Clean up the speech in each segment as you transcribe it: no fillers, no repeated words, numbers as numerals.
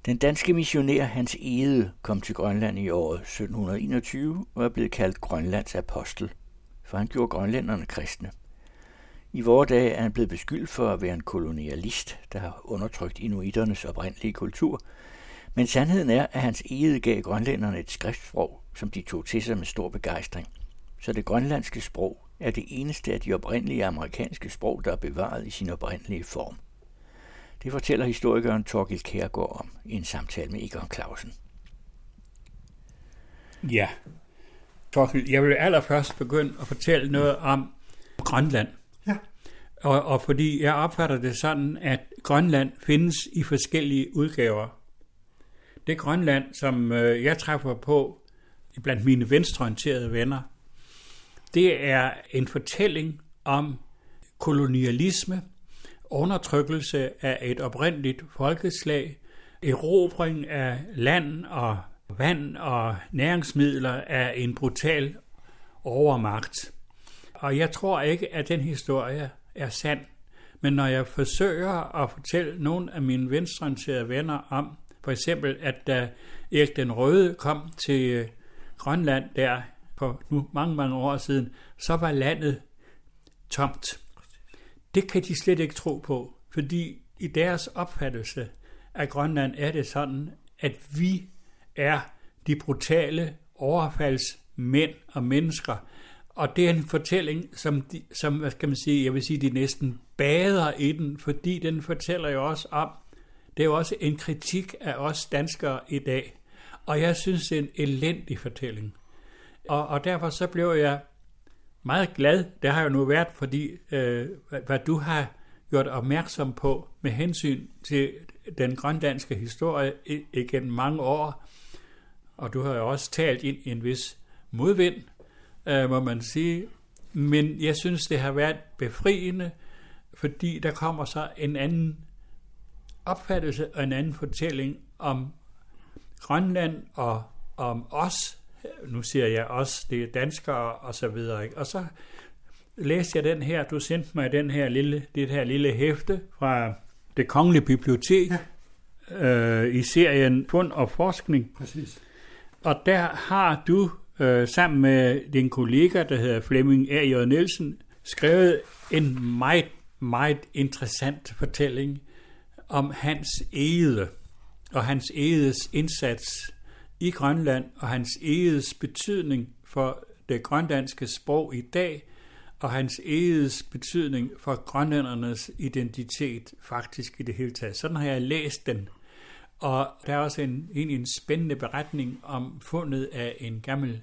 Den danske missionær Hans Egede kom til Grønland i året 1721 og er blevet kaldt Grønlands apostel, for han gjorde grønlænderne kristne. I vore dage er han blevet beskyldt for at være en kolonialist, der har undertrykt inuiternes oprindelige kultur, men sandheden er, at Hans Egede gav grønlænderne et skriftsprog, som de tog til sig med stor begejstring. Så det grønlandske sprog er det eneste af de oprindelige amerikanske sprog, der er bevaret i sin oprindelige form. Det fortæller historikeren Thorkild Kjærgaard om i en samtale med Egon Clausen. Ja, Thorkild, jeg vil allerførst begynde at fortælle noget om Grønland. Ja. Og fordi jeg opfatter det sådan, at Grønland findes i forskellige udgaver. Det Grønland, som jeg træffer på blandt mine venstreorienterede venner, det er en fortælling om kolonialisme, undertrykkelse af et oprindeligt folkeslag, erobring af land og vand og næringsmidler af en brutal overmagt. Og jeg tror ikke, at den historie er sand. Men når jeg forsøger at fortælle nogle af mine venstreorienterede venner om, for eksempel, at da Erik den Røde kom til Grønland der for nu mange år siden, så var landet tomt. Det kan de slet ikke tro på, fordi i deres opfattelse af Grønland er det sådan, at vi er de brutale overfaldsmænd og mennesker. Og det er en fortælling, som hvad skal man sige, jeg vil sige, de næsten bader i den, fordi den fortæller jo også om, det er jo også en kritik af os danskere i dag. Og jeg synes, det er en elendig fortælling. Og derfor så blev jeg meget glad, det har jo nu været, fordi hvad du har gjort opmærksom på med hensyn til den grønlandske historie igennem mange år, og du har jo også talt ind i en vis modvind, må man sige, men jeg synes, det har været befriende, fordi der kommer så en anden opfattelse og en anden fortælling om Grønland og om os. Nu siger jeg os, det er danskere og så videre. Ikke? Og så læste jeg den her, du sendte mig det her lille hæfte fra Det Kongelige Bibliotek, i serien Fund og Forskning. Præcis. Og der har du sammen med din kollega, der hedder Flemming R.J. Nielsen, skrevet en meget, meget interessant fortælling om Hans Egede og Hans Egedes indsats i Grønland og Hans Egedes betydning for det grønlandske sprog i dag og Hans Egedes betydning for grønlændernes identitet faktisk i det hele taget. Sådan har jeg læst den. Og der er også en spændende beretning om fundet af en gammel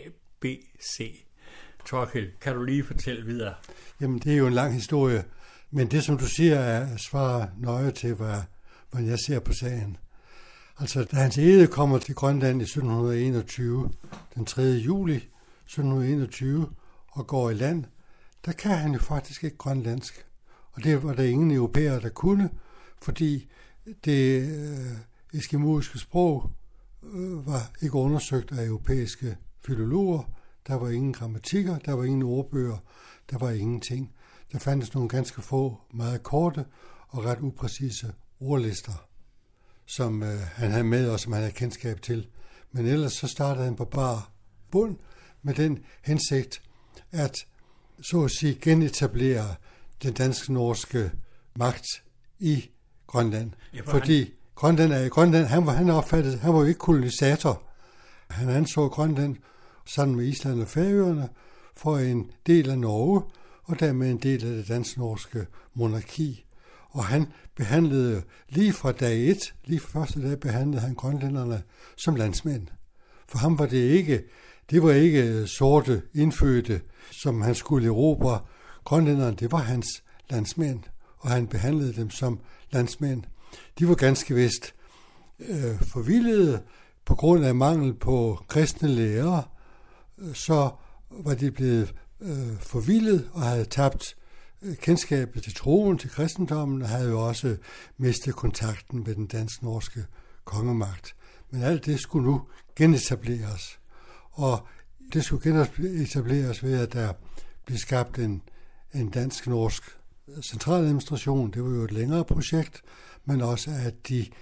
ABC. Thorkild, kan du lige fortælle videre? Jamen, det er jo en lang historie, men det, som du siger, er svarer nøje til, hvad jeg ser på sagen. Altså, da Hans Egede kommer til Grønland i 1721, den 3. juli 1721, og går i land, der kan han jo faktisk ikke grønlandsk. Og det var der ingen europæere, der kunne, fordi det eskimoiske sprog var ikke undersøgt af europæiske filologer. Der var ingen grammatikker, der var ingen ordbøger, der var ingenting. Der fandtes nogle ganske få, meget korte og ret upræcise ordlister, som han havde med og som han havde kendskab til. Men ellers så startede han på bar bund med den hensigt at så at sige genetablere den dansk-norske magt i Grønland. Ja, fordi Grønland, han var jo ikke kolonisator. Han anså Grønland sammen med Island og Færøerne for en del af Norge og dermed en del af det dansk-norske monarki. Og han behandlede lige fra dag 1, lige fra første dag, behandlede han grønlænderne som landsmænd. For ham var det var ikke sorte indfødte, som han skulle erobre. Grønlænderne, det var hans landsmænd, og han behandlede dem som landsmænd. De var ganske vist forvildede på grund af mangel på kristne lærere, så var de blevet forvildet og havde tabt kendskabet til troen, til kristendommen, og havde jo også mistet kontakten med den dansk-norske kongemagt. Men alt det skulle nu genetableres. Og det skulle genetableres ved, at der blev skabt en dansk-norsk centraladministration. Det var jo et længere projekt, men også at de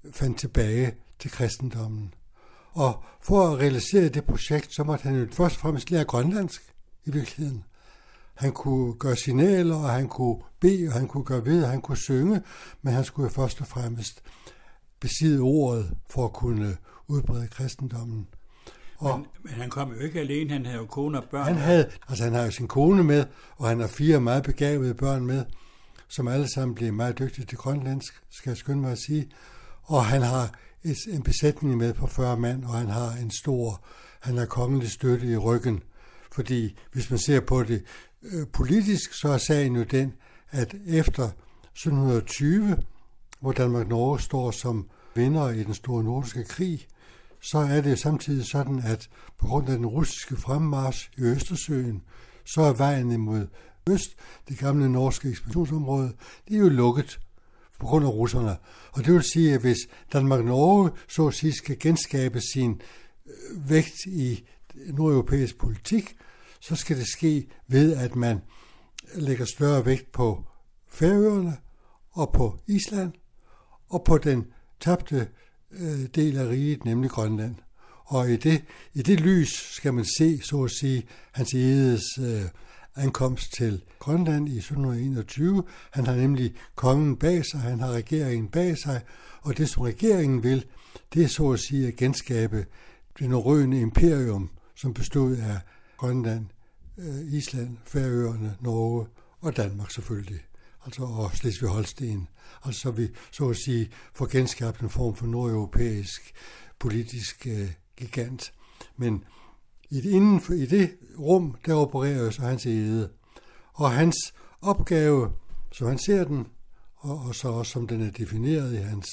fandt tilbage til kristendommen. Og for at realisere det projekt, så måtte han jo først og fremmest lære grønlandsk i virkeligheden. Han kunne gøre signaler, og han kunne bede, og han kunne gøre ved, og han kunne synge, men han skulle jo først og fremmest besidde ordet for at kunne udbrede kristendommen. Men han kom jo ikke alene, han havde jo kone og børn. Han har jo sin kone med, og han har 4 meget begavede børn med, som alle sammen bliver meget dygtige til grønlandsk, skal jeg skynde mig at sige. Og han har en besætning med på 40 mand, og han har kongelig støtte i ryggen. Fordi hvis man ser på det politisk, så er sagen jo den, at efter 1720, hvor Danmark-Norge står som vinder i den store nordiske krig, så er det samtidig sådan, at på grund af den russiske fremmarch i Østersøen, så er vejen imod øst, det gamle norske ekspeditionsområde, det er jo lukket på grund af russerne. Og det vil sige, at hvis Danmark-Norge så at sige skal genskabe sin vægt i nordeuropæisk politik, så skal det ske ved, at man lægger større vægt på Færøerne og på Island og på den tabte del af riget, nemlig Grønland. Og i det lys skal man se, så at sige, Hans Egedes ankomst til Grønland i 1721. Han har nemlig kongen bag sig, han har regeringen bag sig, og det som regeringen vil, det er så at sige at genskabe det norrøne imperium, som bestod af Grønland, Island, Færøerne, Norge og Danmark selvfølgelig, altså og Slesvig-Holsten. Altså så vi så at sige får genskabt en form for nordeuropæisk politisk gigant. Men i det rum, der opererer så Hans Egede. Og hans opgave, som han ser den, og så også som den er defineret i hans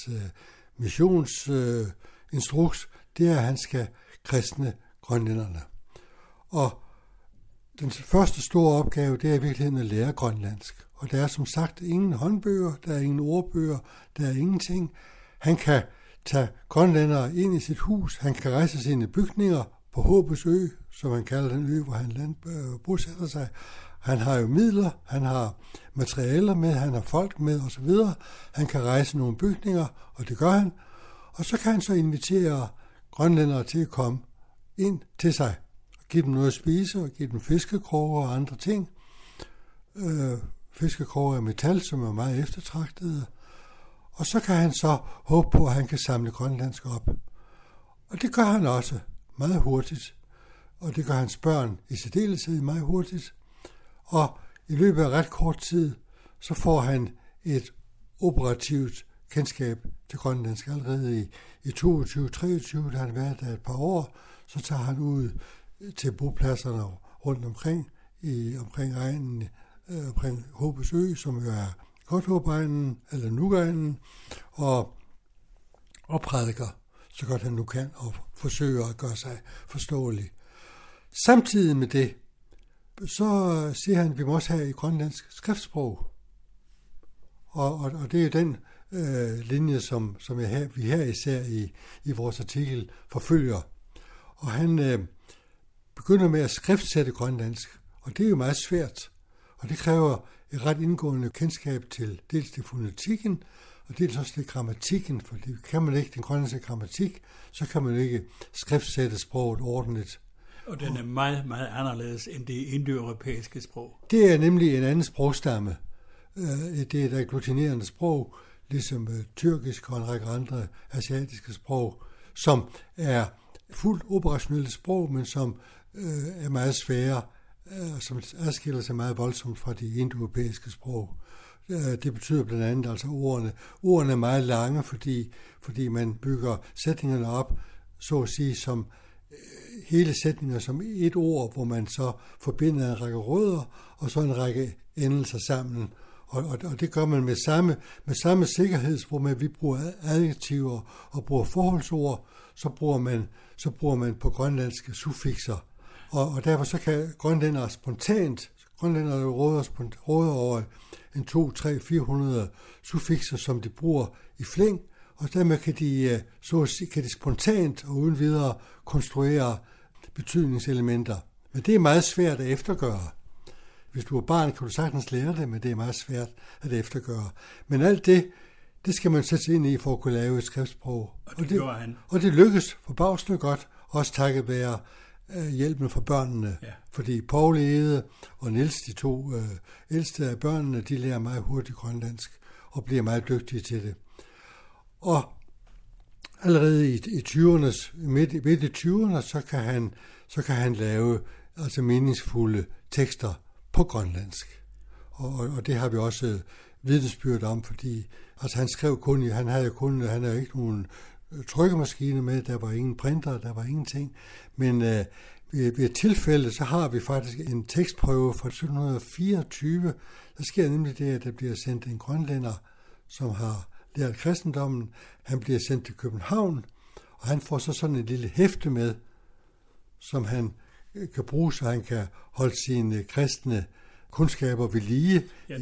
missionsinstruks, det er, at han skal kristne grønlænderne. Og den første store opgave, det er i virkeligheden at lære grønlandsk. Og der er som sagt ingen håndbøger, der er ingen ordbøger, der er ingenting. Han kan tage grønlændere ind i sit hus, han kan rejse sine bygninger på Håbes Ø, som man kalder den ø, hvor han bosætter sig. Han har jo midler, han har materialer med, han har folk med osv. Han kan rejse nogle bygninger, og det gør han. Og så kan han så invitere grønlændere til at komme ind til sig. Give dem noget at spise, og give dem fiskekroger og andre ting. Fiskekroger af metal, som er meget eftertragtede. Og så kan han så håbe på, at han kan samle grønlandsk op. Og det gør han også meget hurtigt. Og det gør hans børn i særdeleshed meget hurtigt. Og i løbet af ret kort tid, så får han et operativt kendskab til grønlandsk. Allerede i 22-23, da han været der et par år, så tager han ud til bopladserne rundt omkring, omkring egnen, omkring Håbes Ø, som jo er Godthåbegnen, eller Nuuk-egnen, og prædiker, så godt han nu kan, og forsøger at gøre sig forståelig. Samtidig med det, så siger han, at vi må også have et grønlandsk skriftsprog. Og det er den linje, som vi her især i vores artikel forfølger. Og han begynder med at skriftsætte grønlandsk, og det er jo meget svært. Og det kræver et ret indgående kendskab til dels til fonetikken, og dels også til grammatikken, for det kan man ikke, den grønlandske grammatik, så kan man ikke skriftsætte sproget ordentligt. Og den er meget, meget anderledes end det indoeuropæiske sprog. Det er nemlig en anden sprogstamme. Det er et agglutinerende sprog, ligesom tyrkisk og en række andre asiatiske sprog, som er fuldt operationelle sprog, men som er meget svære, som adskiller sig meget voldsomt fra de indoeuropæiske sprog. Det betyder blandt andet altså ordene er meget lange, fordi man bygger sætningerne op, så at sige, som hele sætninger som et ord, hvor man så forbinder en række rødder, og så en række endelser sammen. Og det gør man med samme sikkerhed, hvor vi bruger adjektiver og bruger forholdsord, så bruger man på grønlandske suffixer. Og derfor så kan grønlændere råder over en 2, 3, 400 suffixer, som de bruger i flæng, og dermed kan de spontant og uden videre konstruere betydningselementer. Men det er meget svært at eftergøre. Hvis du er barn, kan du sagtens lære det, men det er meget svært at eftergøre. Men alt det Det skal man sætte sig ind i for at kunne lave et skriftsprog. Og det gjorde han. Og det lykkedes forbavsende godt, også takket være hjælpen fra børnene. Ja. Fordi Poul Egede og Niels, de to ældste af børnene, de lærer meget hurtigt grønlandsk og bliver meget dygtige til det. Og allerede i 20'ernes, midt i 20'erne, så kan han lave altså meningsfulde tekster på grønlandsk. Og det har vi også vidnesbyrd om, fordi altså han skrev han havde ikke nogen trykkemaskine med, der var ingen printer, der var ingenting, men ved et tilfælde, så har vi faktisk en tekstprøve fra 1724. Der sker nemlig det, at der bliver sendt en grønlænder, som har lært kristendommen. Han bliver sendt til København, og han får så sådan et lille hæfte med, som han kan bruge, så han kan holde sine kristne kundskaber ved lige. Ja,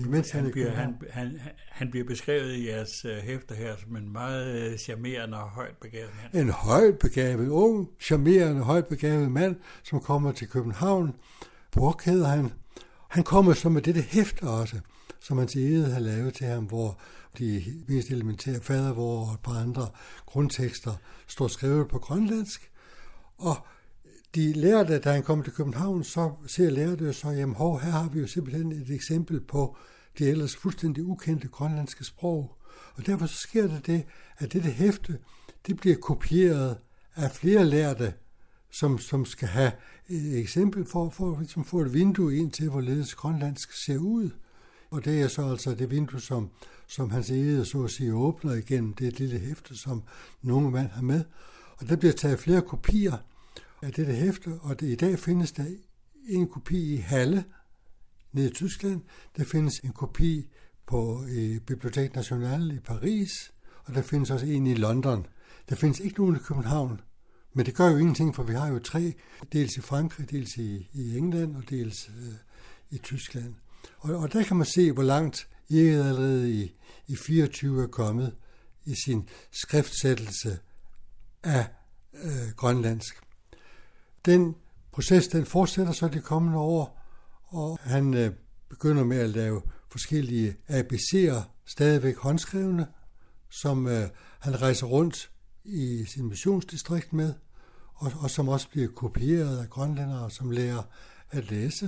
han bliver beskrevet i jeres hæfter her som en meget charmerende og højt begavet mand. En højt begavet, ung, charmerende, højt begavet mand, som kommer til København. Bork hedder han. Han kommer så med dette hæfte også, som hans Egede har lavet til ham, hvor de mest elementære fadervor og et par andre grundtekster står skrevet på grønlandsk. Og de lærte, da han kom til København, så lærte jo så, jamen her har vi jo simpelthen et eksempel på det ellers fuldstændig ukendte grønlandske sprog. Og derfor så sker det, at dette hæfte, det bliver kopieret af flere lærte, som skal have et eksempel for at få et vindue ind til, hvorledes grønlandsk ser ud. Og det er så altså det vindue, som hans Egede så at sige åbner igennem det lille hæfte, som nogle mand har med. Og der bliver taget flere kopier af dette hæfte, og i dag findes der en kopi i Halle, nede i Tyskland. Der findes en kopi på Bibliothèque Nationale i Paris, og der findes også en i London. Der findes ikke nogen i København, men det gør jo ingenting, for vi har jo 3, dels i Frankrig, dels i England og dels i Tyskland. Og der kan man se, hvor langt Egede allerede i 24 er kommet i sin skriftsættelse af grønlandsk. Den proces, den fortsætter så de kommende år, og han begynder med at lave forskellige ABC'er, stadigvæk håndskrevne, som han rejser rundt i sin missionsdistrikt med, og som også bliver kopieret af grønlændere, som lærer at læse.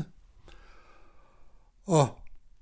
Og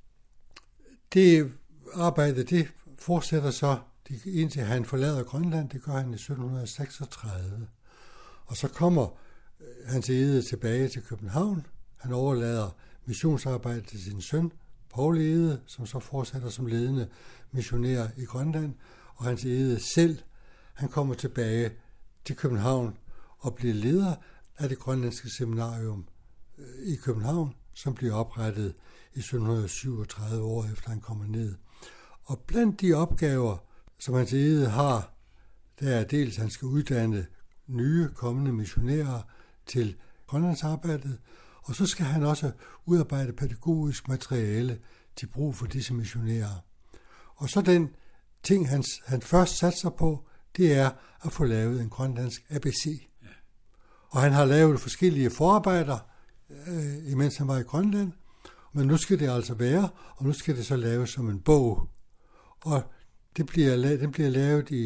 det arbejde, det fortsætter så, indtil han forlader Grønland. Det gør han i 1736. Og så kommer hans Egede tilbage til København. Han overlader missionsarbejdet til sin søn, Poul Egede, som så fortsætter som ledende missionær i Grønland. Og hans Egede selv, han kommer tilbage til København og bliver leder af det grønlandske seminarium i København, som bliver oprettet i 1737 år efter han kommer ned. Og blandt de opgaver, som hans Egede har, der er dels, at han skal uddanne nye kommende missionærer til grønlandsarbejdet, og så skal han også udarbejde pædagogisk materiale til brug for disse missionærer. Og så den ting, han først satser på, det er at få lavet en grønlandsk ABC. Ja. Og han har lavet forskellige forarbejder, imens han var i Grønland, men nu skal det altså være, og nu skal det så laves som en bog. Og den bliver lavet i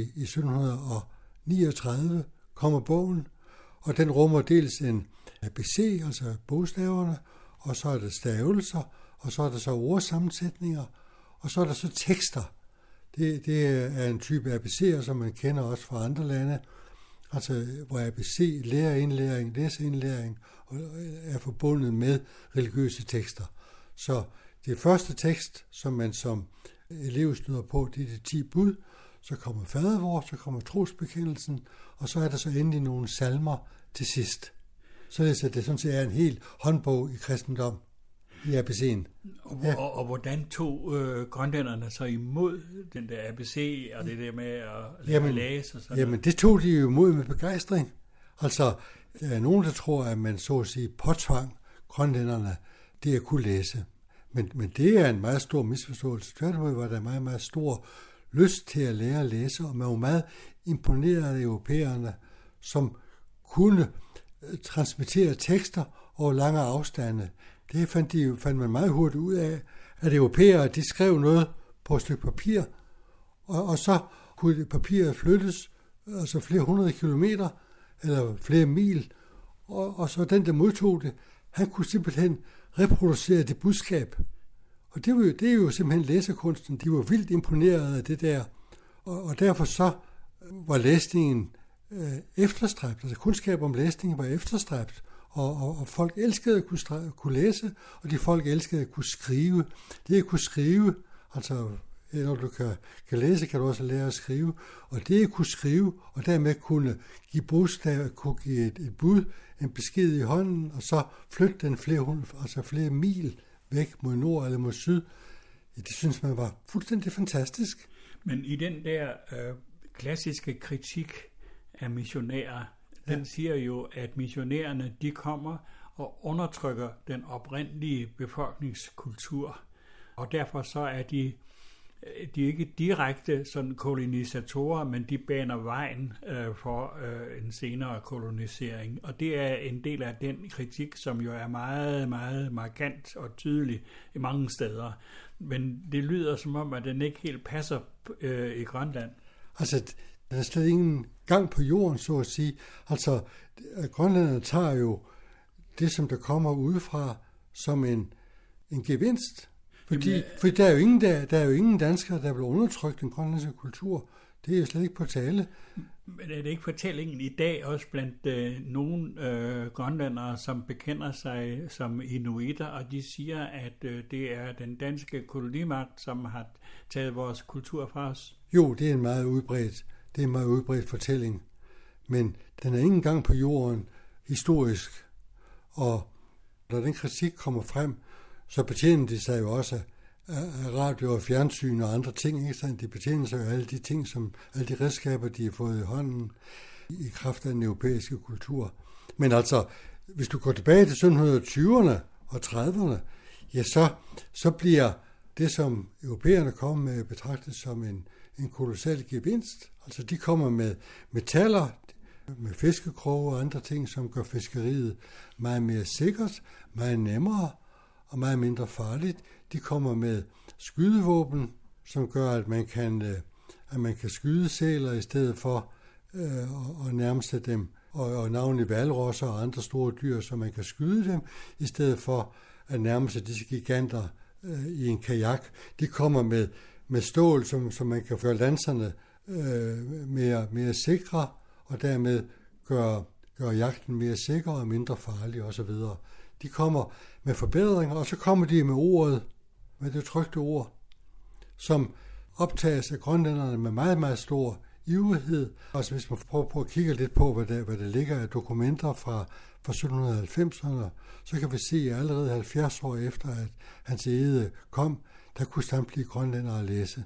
1739, kommer bogen, og den rummer dels en ABC, altså bogstaverne, og så er der stavelser, og så er der så ordsammensætninger, og så er der så tekster. Det er en type ABC'er, som man kender også fra andre lande, altså hvor ABC, læreindlæring, læseindlæring, er forbundet med religiøse tekster. Så det første tekst, som man som elev støder på, det er de 10 bud, så kommer fadervor, så kommer trosbekendelsen, og så er der så endelig nogle salmer til sidst. Således at det sådan set er en hel håndbog i kristendom i ABC'en. Og hvordan tog grønlænderne så imod den der ABC og det der med at læse? Og sådan jamen det tog de jo imod med begejstring. Altså, der er nogen, der tror, at man så at sige påtvang grønlænderne det at kunne læse. Men det er en meget stor misforståelse. Tværtimod var der meget, meget stor lyst til at lære at læse, og man var meget imponeret af europæerne, som kunne transmittere tekster over lange afstande. Det fandt man meget hurtigt ud af, at europæere, de skrev noget på et stykke papir, Og så kunne papiret flyttes, altså flere 100 kilometer, eller flere mil, og så den, der modtog det, han kunne simpelthen reproducere det budskab. Og det er jo simpelthen læsekunsten. De var vildt imponeret af det der. Og derfor så var læsningen efterstræbt. Altså kundskab om læsning var efterstræbt. Og folk elskede at kunne læse, og de folk elskede at kunne skrive. Det at kunne skrive, altså når du kan læse, kan du også lære at skrive. Og det at kunne skrive, og dermed kunne give bogstaver, kunne give et bud, en besked i hånden, og så flytte den flere mil væk mod nord eller mod syd, det synes man var fuldstændig fantastisk. Men i den der klassiske kritik af missionærer, den siger jo, at missionærerne, de kommer og undertrykker den oprindelige befolkningskultur, og derfor så er de ikke direkte sådan kolonisatorer, men de baner vejen for en senere kolonisering. Og det er en del af den kritik, som jo er meget, meget markant og tydelig i mange steder. Men det lyder som om, at den ikke helt passer i Grønland. Altså, der er slet ingen gang på jorden, så at sige. Altså, grønlænderne tager jo det, som der kommer udefra, som en gevinst. Fordi der er jo ingen danskere, der vil undertrykke den grønlandske kultur. Det er jo slet ikke på tale. Men er det ikke fortællingen i dag også blandt nogle grønlændere, som bekender sig som inuitter, og de siger, at det er den danske kolonimagt, som har taget vores kultur fra os? Jo, det er en meget udbredt fortælling. Men den er ingen gang på jorden historisk. Og når den kritik kommer frem, så betjener de sig jo også af radio og fjernsyn og andre ting, ikke sandt? De betjener sig jo af alle de ting, alle de redskaber, de har fået i hånden i kraft af den europæiske kultur. Men altså, hvis du går tilbage til 1720'erne og 30'erne, ja, så bliver det, som europæerne kommer med, betragtet som en kolossal gevinst. Altså, de kommer med metaller, med fiskekroge og andre ting, som gør fiskeriet meget mere sikkert, meget nemmere og meget mindre farligt. De kommer med skydevåben, som gør, at man kan skyde sæler i stedet for at nærme sig dem, og navnlig hvalrosser og andre store dyr, så man kan skyde dem, i stedet for at nærme sig disse giganter i en kajak. De kommer med stål, som man kan gøre lanserne mere sikre, og dermed gøre jagten mere sikker og mindre farlig osv. De kommer med forbedringer, og så kommer de med det trykte ord, som optages af grønlænderne med meget, meget stor ivrighed. Altså hvis man prøver på at kigge lidt på, hvad der ligger af dokumenter fra 1790'erne, så kan vi se, at allerede 70 år efter, at Hans Egede kom, der kunne samtlige grønlændere læse.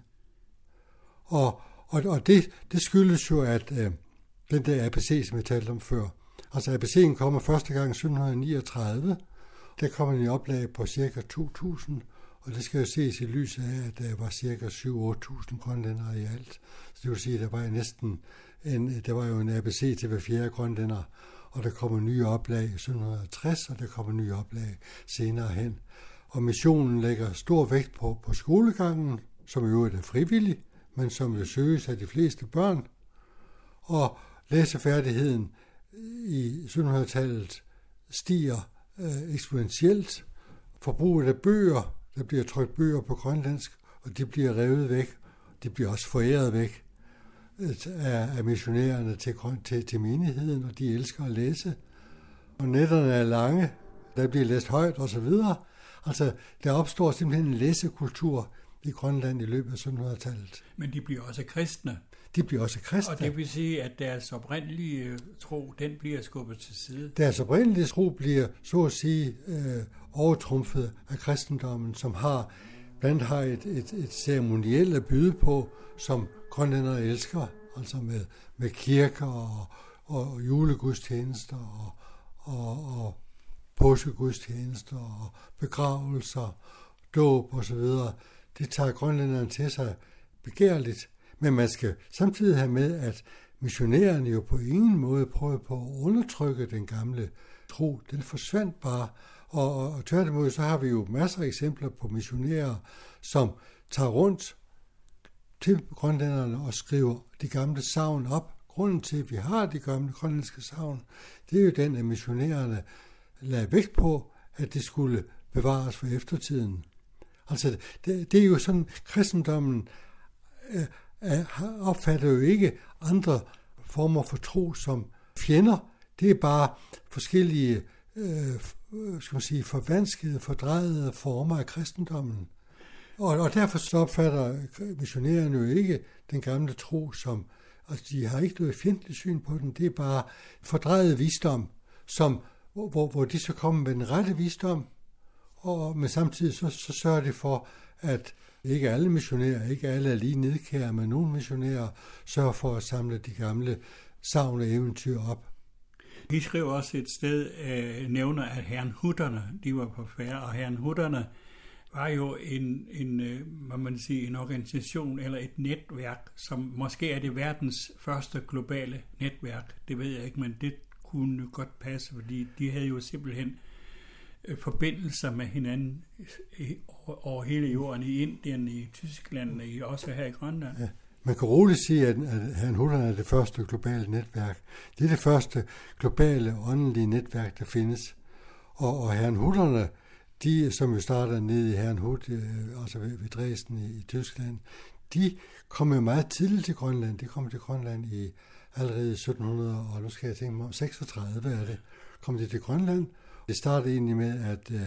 Og det skyldes jo, at den der ABC, som jeg talte om før, altså ABC'en kommer første gang i 1739, der kommer den i oplag på ca. 2.000, og det skal jo ses i lyset af, at der var ca. 7-8.000 grønlændere i alt. Så det vil sige, at der var jo en ABC til hver fjerde grønlænder, og der kommer nye oplag i 1760, og der kommer nye oplag senere hen. Og missionen lægger stor vægt på skolegangen, som jo er frivillig, men som jo søges af de fleste børn. Og læsefærdigheden i 1700-tallet stiger eksponentielt. Forbruget af bøger, der bliver trykt bøger på grønlandsk, og de bliver revet væk. De bliver også foræret væk af missionærerne til menigheden, og de elsker at læse. Og netterne er lange, der bliver læst højt osv. Altså, der opstår simpelthen en læsekultur i Grønland i løbet af 1700-tallet. Men de bliver også kristne. De bliver også kristne. Og det vil sige, at deres oprindelige tro, den bliver skubbet til side. Deres oprindelige tro bliver, så at sige, overtrumfet af kristendommen, som blandt har et ceremonielt at byde på, som grønlændere elsker, altså med kirker og julegudstjenester og påskegudstjenester og begravelser, dåb osv. Det tager grønlænderne til sig begærligt. Men man skal samtidig have med, at missionærerne jo på ingen måde prøvede på at undertrykke den gamle tro. Den forsvandt bare. Og tværtimod så har vi jo masser af eksempler på missionærer, som tager rundt til grønlænderne og skriver de gamle sagn op. Grunden til, at vi har de gamle grønlandske sagn, det er jo den, at missionærerne lagde vægt på, at det skulle bevares for eftertiden. Altså, det er jo sådan, kristendommen opfatter jo ikke andre former for tro som fjender. Det er bare forskellige, forvanskede, fordrejede former af kristendommen. Og derfor så opfatter missionærerne jo ikke den gamle tro som, altså de har ikke noget fjendtligt syn på den, det er bare fordrejet visdom, hvor de så kommer med den rette visdom, men samtidig så sørger de for, at ikke alle missionærer, ikke alle er lige nedkære, men nogle missionærer sørger for at samle de gamle sagn og eventyr op. I skriver også et sted, nævner, at herrenhutterne, de var på færde, og herrenhutterne var jo en organisation eller et netværk, som måske er det verdens første globale netværk. Det ved jeg ikke, men det kunne godt passe, fordi de havde jo simpelthen forbindelser med hinanden over hele jorden, i Indien, i Tyskland, også her i Grønland. Ja. Man kan roligt sige, at herrenhutterne er det første globale netværk. Det er det første globale åndelige netværk, der findes. Og herrenhutterne, de, som jo starter nede i Herrenhut, altså ved Dresden i Tyskland, de kom jo meget tidligt til Grønland. De kom til Grønland allerede i 1700, og nu skal jeg tænke mig om 36 er det, kom de til Grønland. Det startede egentlig med,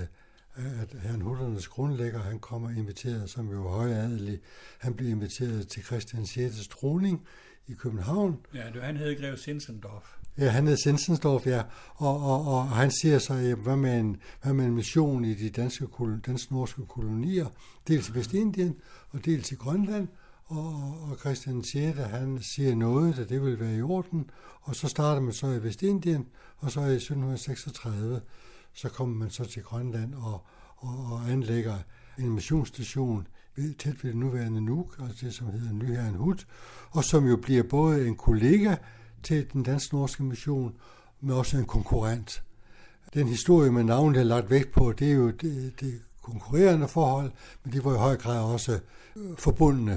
at herrenhutternes grundlægger, han kommer inviteret, som jo højadelig, han blev inviteret til Christian 6. troning i København. Ja, han hed Grev Zinzendorf. Ja, han hed Zinzendorf, ja. Og han siger så, hvad med en mission i de dansk-norske kolonier, dels i Vestindien og dels i Grønland. Og Christian 6. han siger noget, at det vil være i orden. Og så starter man så i Vestindien, og så i 1736, så kommer man så til Grønland og anlægger en missionsstation tæt ved det nuværende Nuuk, altså det, som hedder Ny Herrenhut, og som jo bliver både en kollega til den dansk-norske mission, men også en konkurrent. Den historie, man navnet har lagt vægt på, det er jo det konkurrerende forhold, men de var i høj grad også forbundne.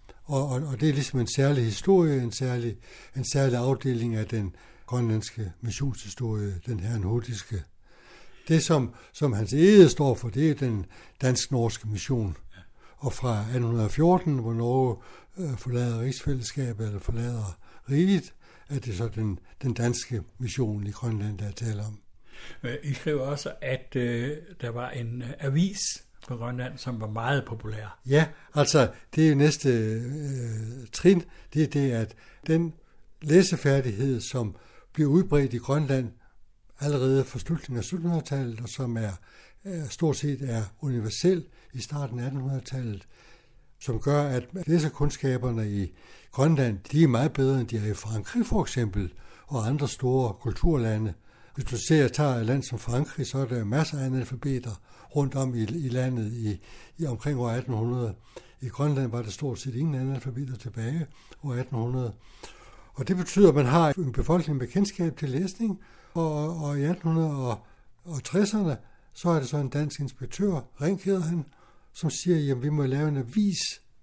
Og det er ligesom en særlig historie, en særlig afdeling af den grønlandske missionshistorie, den herrenhutiske. Det, som Hans Egede står for, det er den dansk-norske mission. Og fra 1814, hvor Norge forlader rigsfællesskabet, eller forlader riget, er det så den danske mission i Grønland, der er tale om. I skriver også, at der var en avis på Grønland, som var meget populær. Ja, altså det er jo næste trin, det er det, at den læsefærdighed, som bliver udbredt i Grønland allerede fra slutningen af 1700-tallet, og som stort set er universel i starten af 1800-tallet, som gør, at læsekundskaberne i Grønland, de er meget bedre, end de er i Frankrig for eksempel, og andre store kulturlande. Hvis du tager et land som Frankrig, så er der masser af analfabeter rundt om i landet i omkring år 1800. I Grønland var der stort set ingen analfabeter tilbage år 1800. Og det betyder, at man har en befolkning med kendskab til læsning, og i 1860'erne, så er det så en dansk inspektør, Ring hedder han, som siger, jamen vi må lave en avis.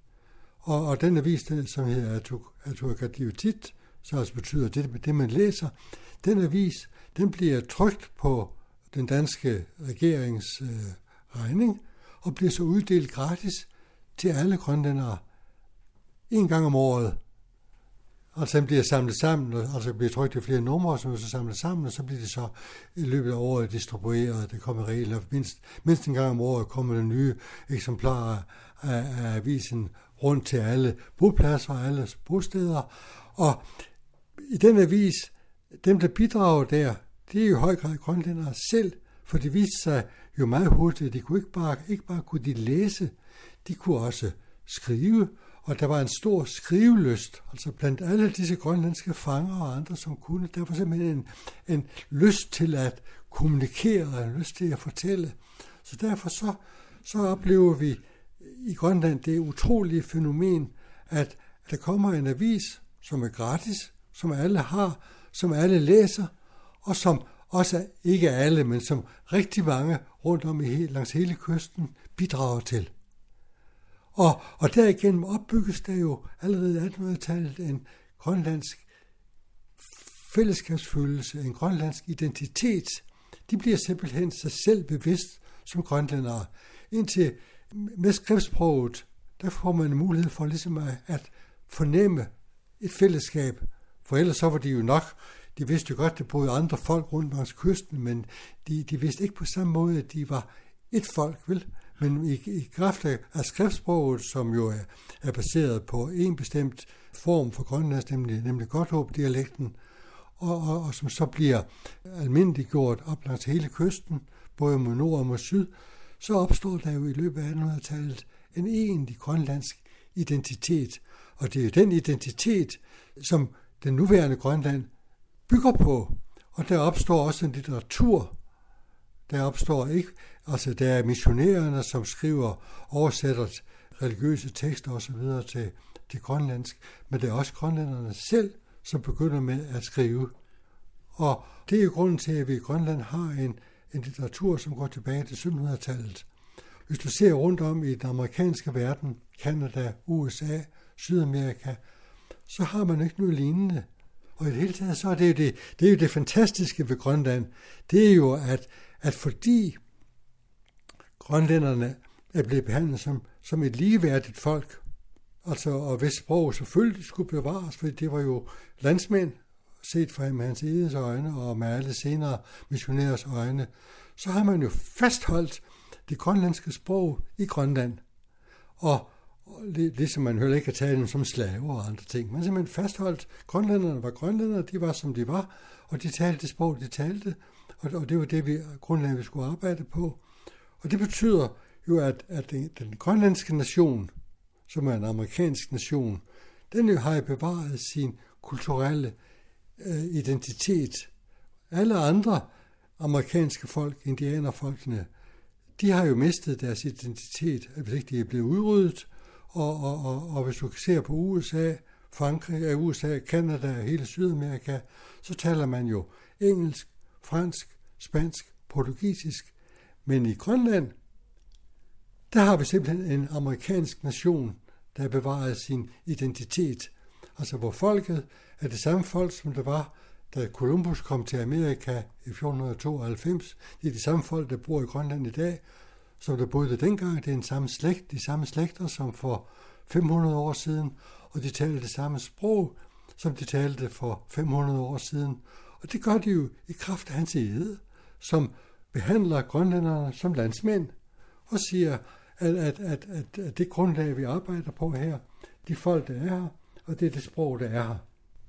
Og den avis, som hedder Atuagadiutit, så altså betyder det, man læser, den avis, den bliver trykt på den danske regerings regning, og bliver så uddelt gratis til alle grønlændere en gang om året. Altså den bliver samlet sammen, altså bliver trykt i flere numre, som er så samlet sammen, og så bliver det så i løbet af året distribueret. Det kommer regler. Mindst en gang om året kommer der nye eksemplarer af avisen rundt til alle bopladser og alle bosteder. Og i den avis, dem der bidrager der, det er jo i høj grad grønlændere selv, for det viste sig jo meget hurtigt, at de kunne ikke bare kunne de læse, de kunne også skrive, og der var en stor skrivelyst, altså blandt alle disse grønlandske fanger og andre, som kunne. Der var simpelthen en lyst til at kommunikere, en lyst til at fortælle. Så derfor så oplever vi i Grønland det utrolige fænomen, at der kommer en avis, som er gratis, som alle har, som alle læser, og som også ikke alle, men som rigtig mange rundt om langs hele kysten bidrager til. Og derigennem opbygges der jo allerede i 1800-tallet en grønlandsk fællesskabsfølelse, en grønlandsk identitet. De bliver simpelthen sig selv bevidst som grønlændere. Indtil med skriftsproget, der får man en mulighed for ligesom at fornemme et fællesskab. For ellers så var de jo nok, de vidste jo godt, at der boede andre folk rundt langs kysten, men de vidste ikke på samme måde, at de var et folk, vel? Men i kraft af skriftsproget, som jo er baseret på en bestemt form for grønlandsk, nemlig Godthåb-dialekten, og som så bliver almindeliggjort op langs hele kysten, både mod nord og mod syd, så opstår der jo i løbet af 1800-tallet en egentlig grønlandsk identitet. Og det er jo den identitet, som den nuværende Grønland bygger på. Og der opstår også en litteratur. Der opstår ikke, altså der er missionærerne, som oversætter religiøse tekster osv. til grønlandsk, men det er også grønlænderne selv, som begynder med at skrive. Og det er jo grunden til, at vi i Grønland har en litteratur, som går tilbage til 1700-tallet. Hvis du ser rundt om i den amerikanske verden, Canada, USA, Sydamerika, så har man ikke noget lignende. Og i det hele taget, så er det er jo det fantastiske ved Grønland. Det er jo, at fordi grønlænderne er blevet behandlet som et ligeværdigt folk, altså, og hvis sprog selvfølgelig skulle bevares, fordi det var jo landsmænd, set fra Hans Egedes øjne, og med alle senere missionærers øjne, så har man jo fastholdt det grønlandske sprog i Grønland. Og ligesom man heller ikke kan tale dem som slaver og andre ting. Man simpelthen fastholdt, grønlænderne var grønlændere, de var som de var, og de talte det sprog, de talte, og det var det, Grønland vi skulle arbejde på. Og det betyder jo, at den grønlandske nation, som er en amerikansk nation, den jo har bevaret sin kulturelle identitet. Alle andre amerikanske folk, indianerfolkene, de har jo mistet deres identitet, hvis ikke de er blevet udryddet. Og hvis du ser på USA, Frankrig, USA, Canada og hele Sydamerika, så taler man jo engelsk, fransk, spansk, portugisisk. Men i Grønland, der har vi simpelthen en amerikansk nation, der har bevaret sin identitet. Altså hvor folket er det samme folk, som det var, da Columbus kom til Amerika i 1492. Det er de samme folk, der bor i Grønland i dag, som der boede dengang. Det er en samme slægt, de samme slægter som for 500 år siden, og de talte det samme sprog, som de talte for 500 år siden. Og det gør de jo i kraft af Hans Egede, som behandler grønlænderne som landsmænd, og siger, at det grundlag, vi arbejder på her, de folk, der er her, og det er det sprog, der er her.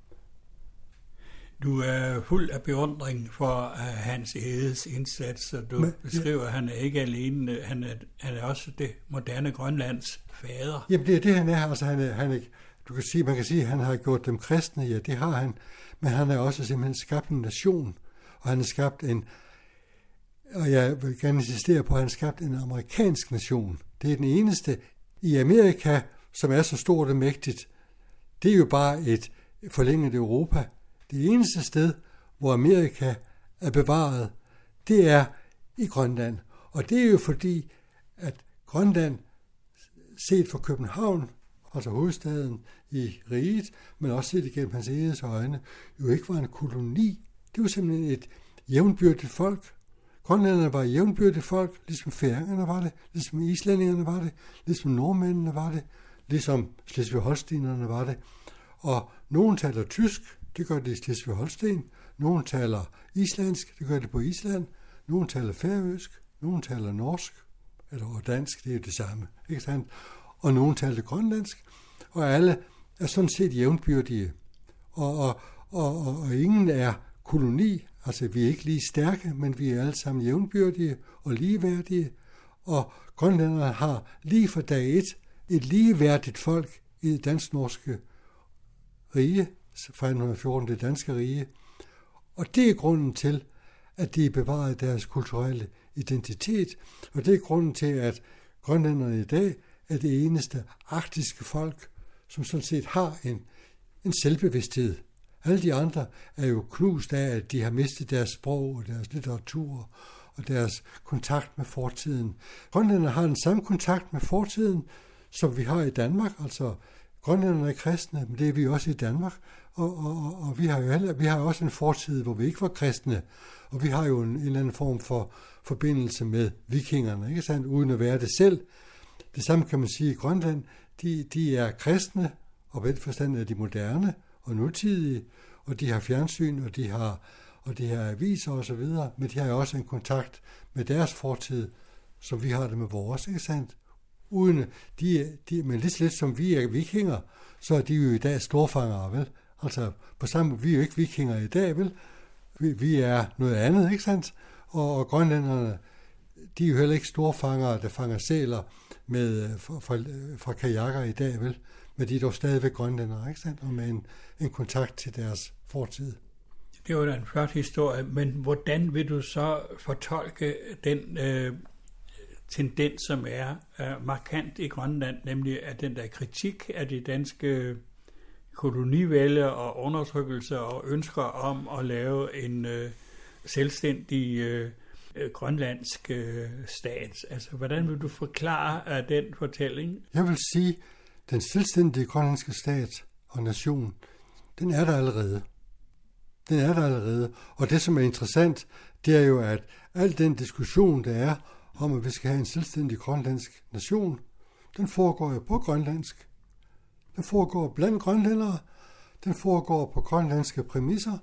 Du er fuld af beundring for Hans Egedes indsats, og du beskriver, at han er ikke alene, han er også det moderne Grønlands fader. Jamen det er det, han er. Altså han er man kan sige, at han har gjort dem kristne, ja det har han, men han har også simpelthen skabt en nation, og han har skabt og jeg vil gerne insistere på, at han har skabt en amerikansk nation. Det er den eneste i Amerika, som er så stort og mægtigt. Det er jo bare et forlænget Europa. Det eneste sted, hvor Amerika er bevaret, det er i Grønland. Og det er jo fordi, at Grønland, set fra København, altså hovedstaden i riget, men også set igennem Hans Egedes øjne, jo ikke var en koloni. Det var simpelthen et jævnbyrdigt folk. Grønlænderne var jævnbyrdigt folk, ligesom færingerne var det, ligesom islændingerne var det, ligesom nordmændene var det, ligesom slesvig-holstenerne var det. Og nogen taler tysk, det gør det i Slesvig-Holsten. Nogen taler islandsk, det gør det på Island. Nogen taler færøsk, nogen taler norsk, eller dansk, det er jo det samme, ikke sandt? Og nogen taler grønlandsk, og alle er sådan set jævnbyrdige. Og ingen er koloni, altså vi er ikke lige stærke, men vi er alle sammen jævnbyrdige og ligeværdige. Og grønlænderne har lige fra dag et ligeværdigt folk i det dansk-norske rige, fra 1914 det danske rige. Og det er grunden til, at de bevarede deres kulturelle identitet, og det er grunden til, at grønlænderne i dag er det eneste arktiske folk, som sådan set har en selvbevidsthed. Alle de andre er jo knust af, at de har mistet deres sprog og deres litteratur og deres kontakt med fortiden. Grønlænderne har den samme kontakt med fortiden, som vi har i Danmark. Altså, grønlænderne er kristne, men det er vi også i Danmark. Og vi har jo også en fortid, hvor vi ikke var kristne. Og vi har jo en eller anden form for forbindelse med vikingerne, ikke sandt? Uden at være det selv. Det samme kan man sige i Grønland. De er kristne, og på den forstand er de moderne og nutidige, og de har fjernsyn, og de har aviser og så videre, men de har jo også en kontakt med deres fortid, som vi har det med vores, ikke sandt? Uden men lige så lidt som vi er vikinger, så er de jo i dag storfangere, vel? Altså på samme måde, vi er jo ikke vikinger i dag, vel? Vi er noget andet, ikke sandt? Og grønlænderne, de er jo heller ikke storfangere, der fanger sæler med, fra kajakker i dag, vel? Men de er dog stadigvæk grønlændere, ikke sandt? Og med en kontakt til deres fortid. Det var da en flot historie, men hvordan vil du så fortolke den tendens, som er markant i Grønland, nemlig at den der kritik af det danske kolonivælde og undertrykkelse og ønsker om at lave en selvstændig grønlandsk stat? Altså, hvordan vil du forklare den fortælling? Jeg vil sige, at den selvstændige grønlandske stat og nation, den er der allerede. Den er der allerede. Og det, som er interessant, det er jo, at al den diskussion, der er om, at vi skal have en selvstændig grønlandsk nation, den foregår jo på grønlandsk. Den foregår blandt grønlændere. Den foregår på grønlandske præmisser.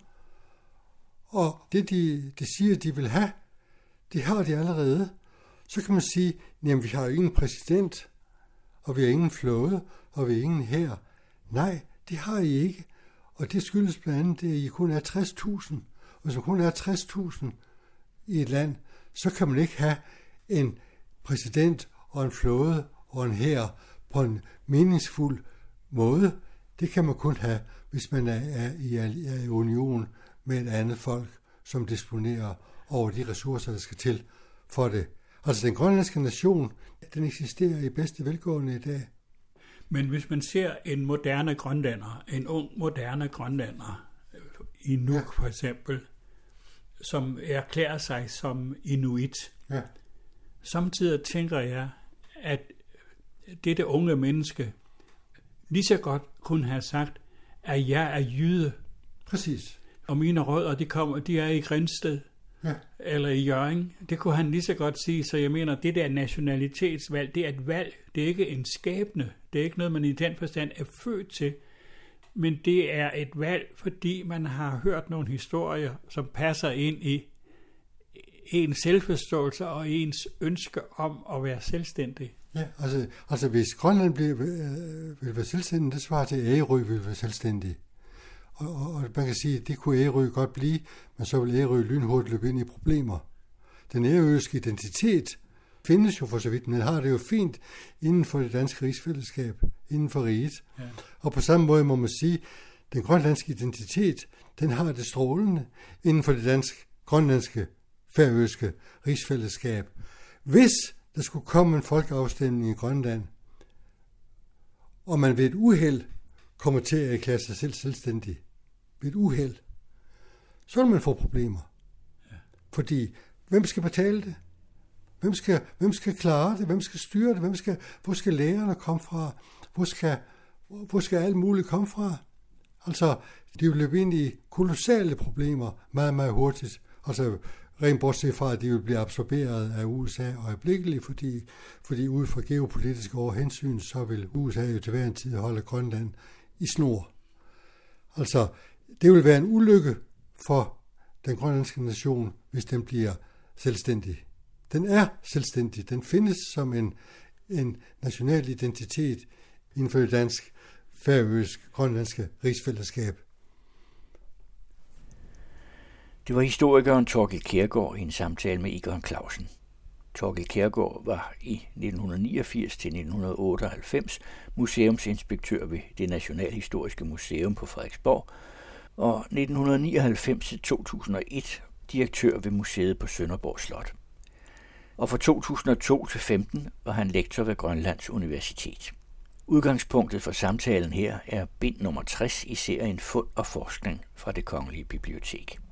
Og det, de siger, de vil have, det har de allerede. Så kan man sige, jamen vi har jo ingen præsident, og vi har ingen flåde, og vi har ingen hær. Nej, det har I ikke. Og det skyldes blandt andet, at I kun er 60.000. Og hvis man kun er 60.000 i et land, så kan man ikke have en præsident og en flåde og en hær på en meningsfuld måde. Det kan man kun have, hvis man er i union med et andet folk, som disponerer over de ressourcer, der skal til for det. Altså den grønlandske nation, den eksisterer i bedste velgående i dag. Men hvis man ser en moderne grønlænder, en ung moderne grønlænder, i Nuuk for eksempel, som erklærer sig som inuit, samtidig tænker jeg, at dette unge menneske lige så godt kunne have sagt, at jeg er jyde. Præcis. Og mine rødder, de er i Grindsted. Ja. Eller i Hjørring. Det kunne han lige så godt sige, så jeg mener, det der nationalitetsvalg, det er et valg, det er ikke en skæbne, det er ikke noget, man i den forstand er født til, men det er et valg, fordi man har hørt nogle historier, som passer ind i ens selvforståelse og ens ønske om at være selvstændig. Ja, altså hvis Grønland vil være selvstændig, det svarer til, at Ærø vil være selvstændig. Og man kan sige, at det kunne Ærø godt blive, men så vil Ærø lynhurtigt løbe ind i problemer. Den ærøske identitet findes jo for så vidt, men har det jo fint inden for det danske rigsfællesskab, inden for riget. Ja. Og på samme måde må man sige, at den grønlandske identitet, den har det strålende inden for det dansk-grønlandske, færøske rigsfællesskab. Hvis der skulle komme en folkeafstemning i Grønland, og man ved et uheld kommer til at erklære sig selv selvstændig, ved et uheld, så vil man få problemer. Ja. Fordi, hvem skal betale det? Hvem skal klare det? Hvem skal styre det? Hvor skal lærerne komme fra? Hvor skal alt muligt komme fra? Altså, de vil løbe ind i kolossale problemer meget, meget hurtigt. Altså, rent bortset fra, at de vil blive absorberet af USA øjeblikkeligt, fordi ud fra geopolitiske overhensyn, så vil USA jo til hver en tid holde Grønland i snor. Altså, det vil være en ulykke for den grønlandske nation, hvis den bliver selvstændig. Den er selvstændig. Den findes som en national identitet inden for det dansk, færøsk, grønlandske rigsfællesskab. Det var historikeren Thorkild Kjærgaard i en samtale med Egon Clausen. Thorkild Kjærgaard var i 1989 til 1998 museumsinspektør ved det Nationalhistoriske Museum på Frederiksborg, og 1999 til 2001 direktør ved museet på Sønderborg Slot. Og fra 2002 til 2015 var han lektor ved Grønlands Universitet. Udgangspunktet for samtalen her er bind nummer 60 i serien Fund og Forskning fra Det Kongelige Bibliotek.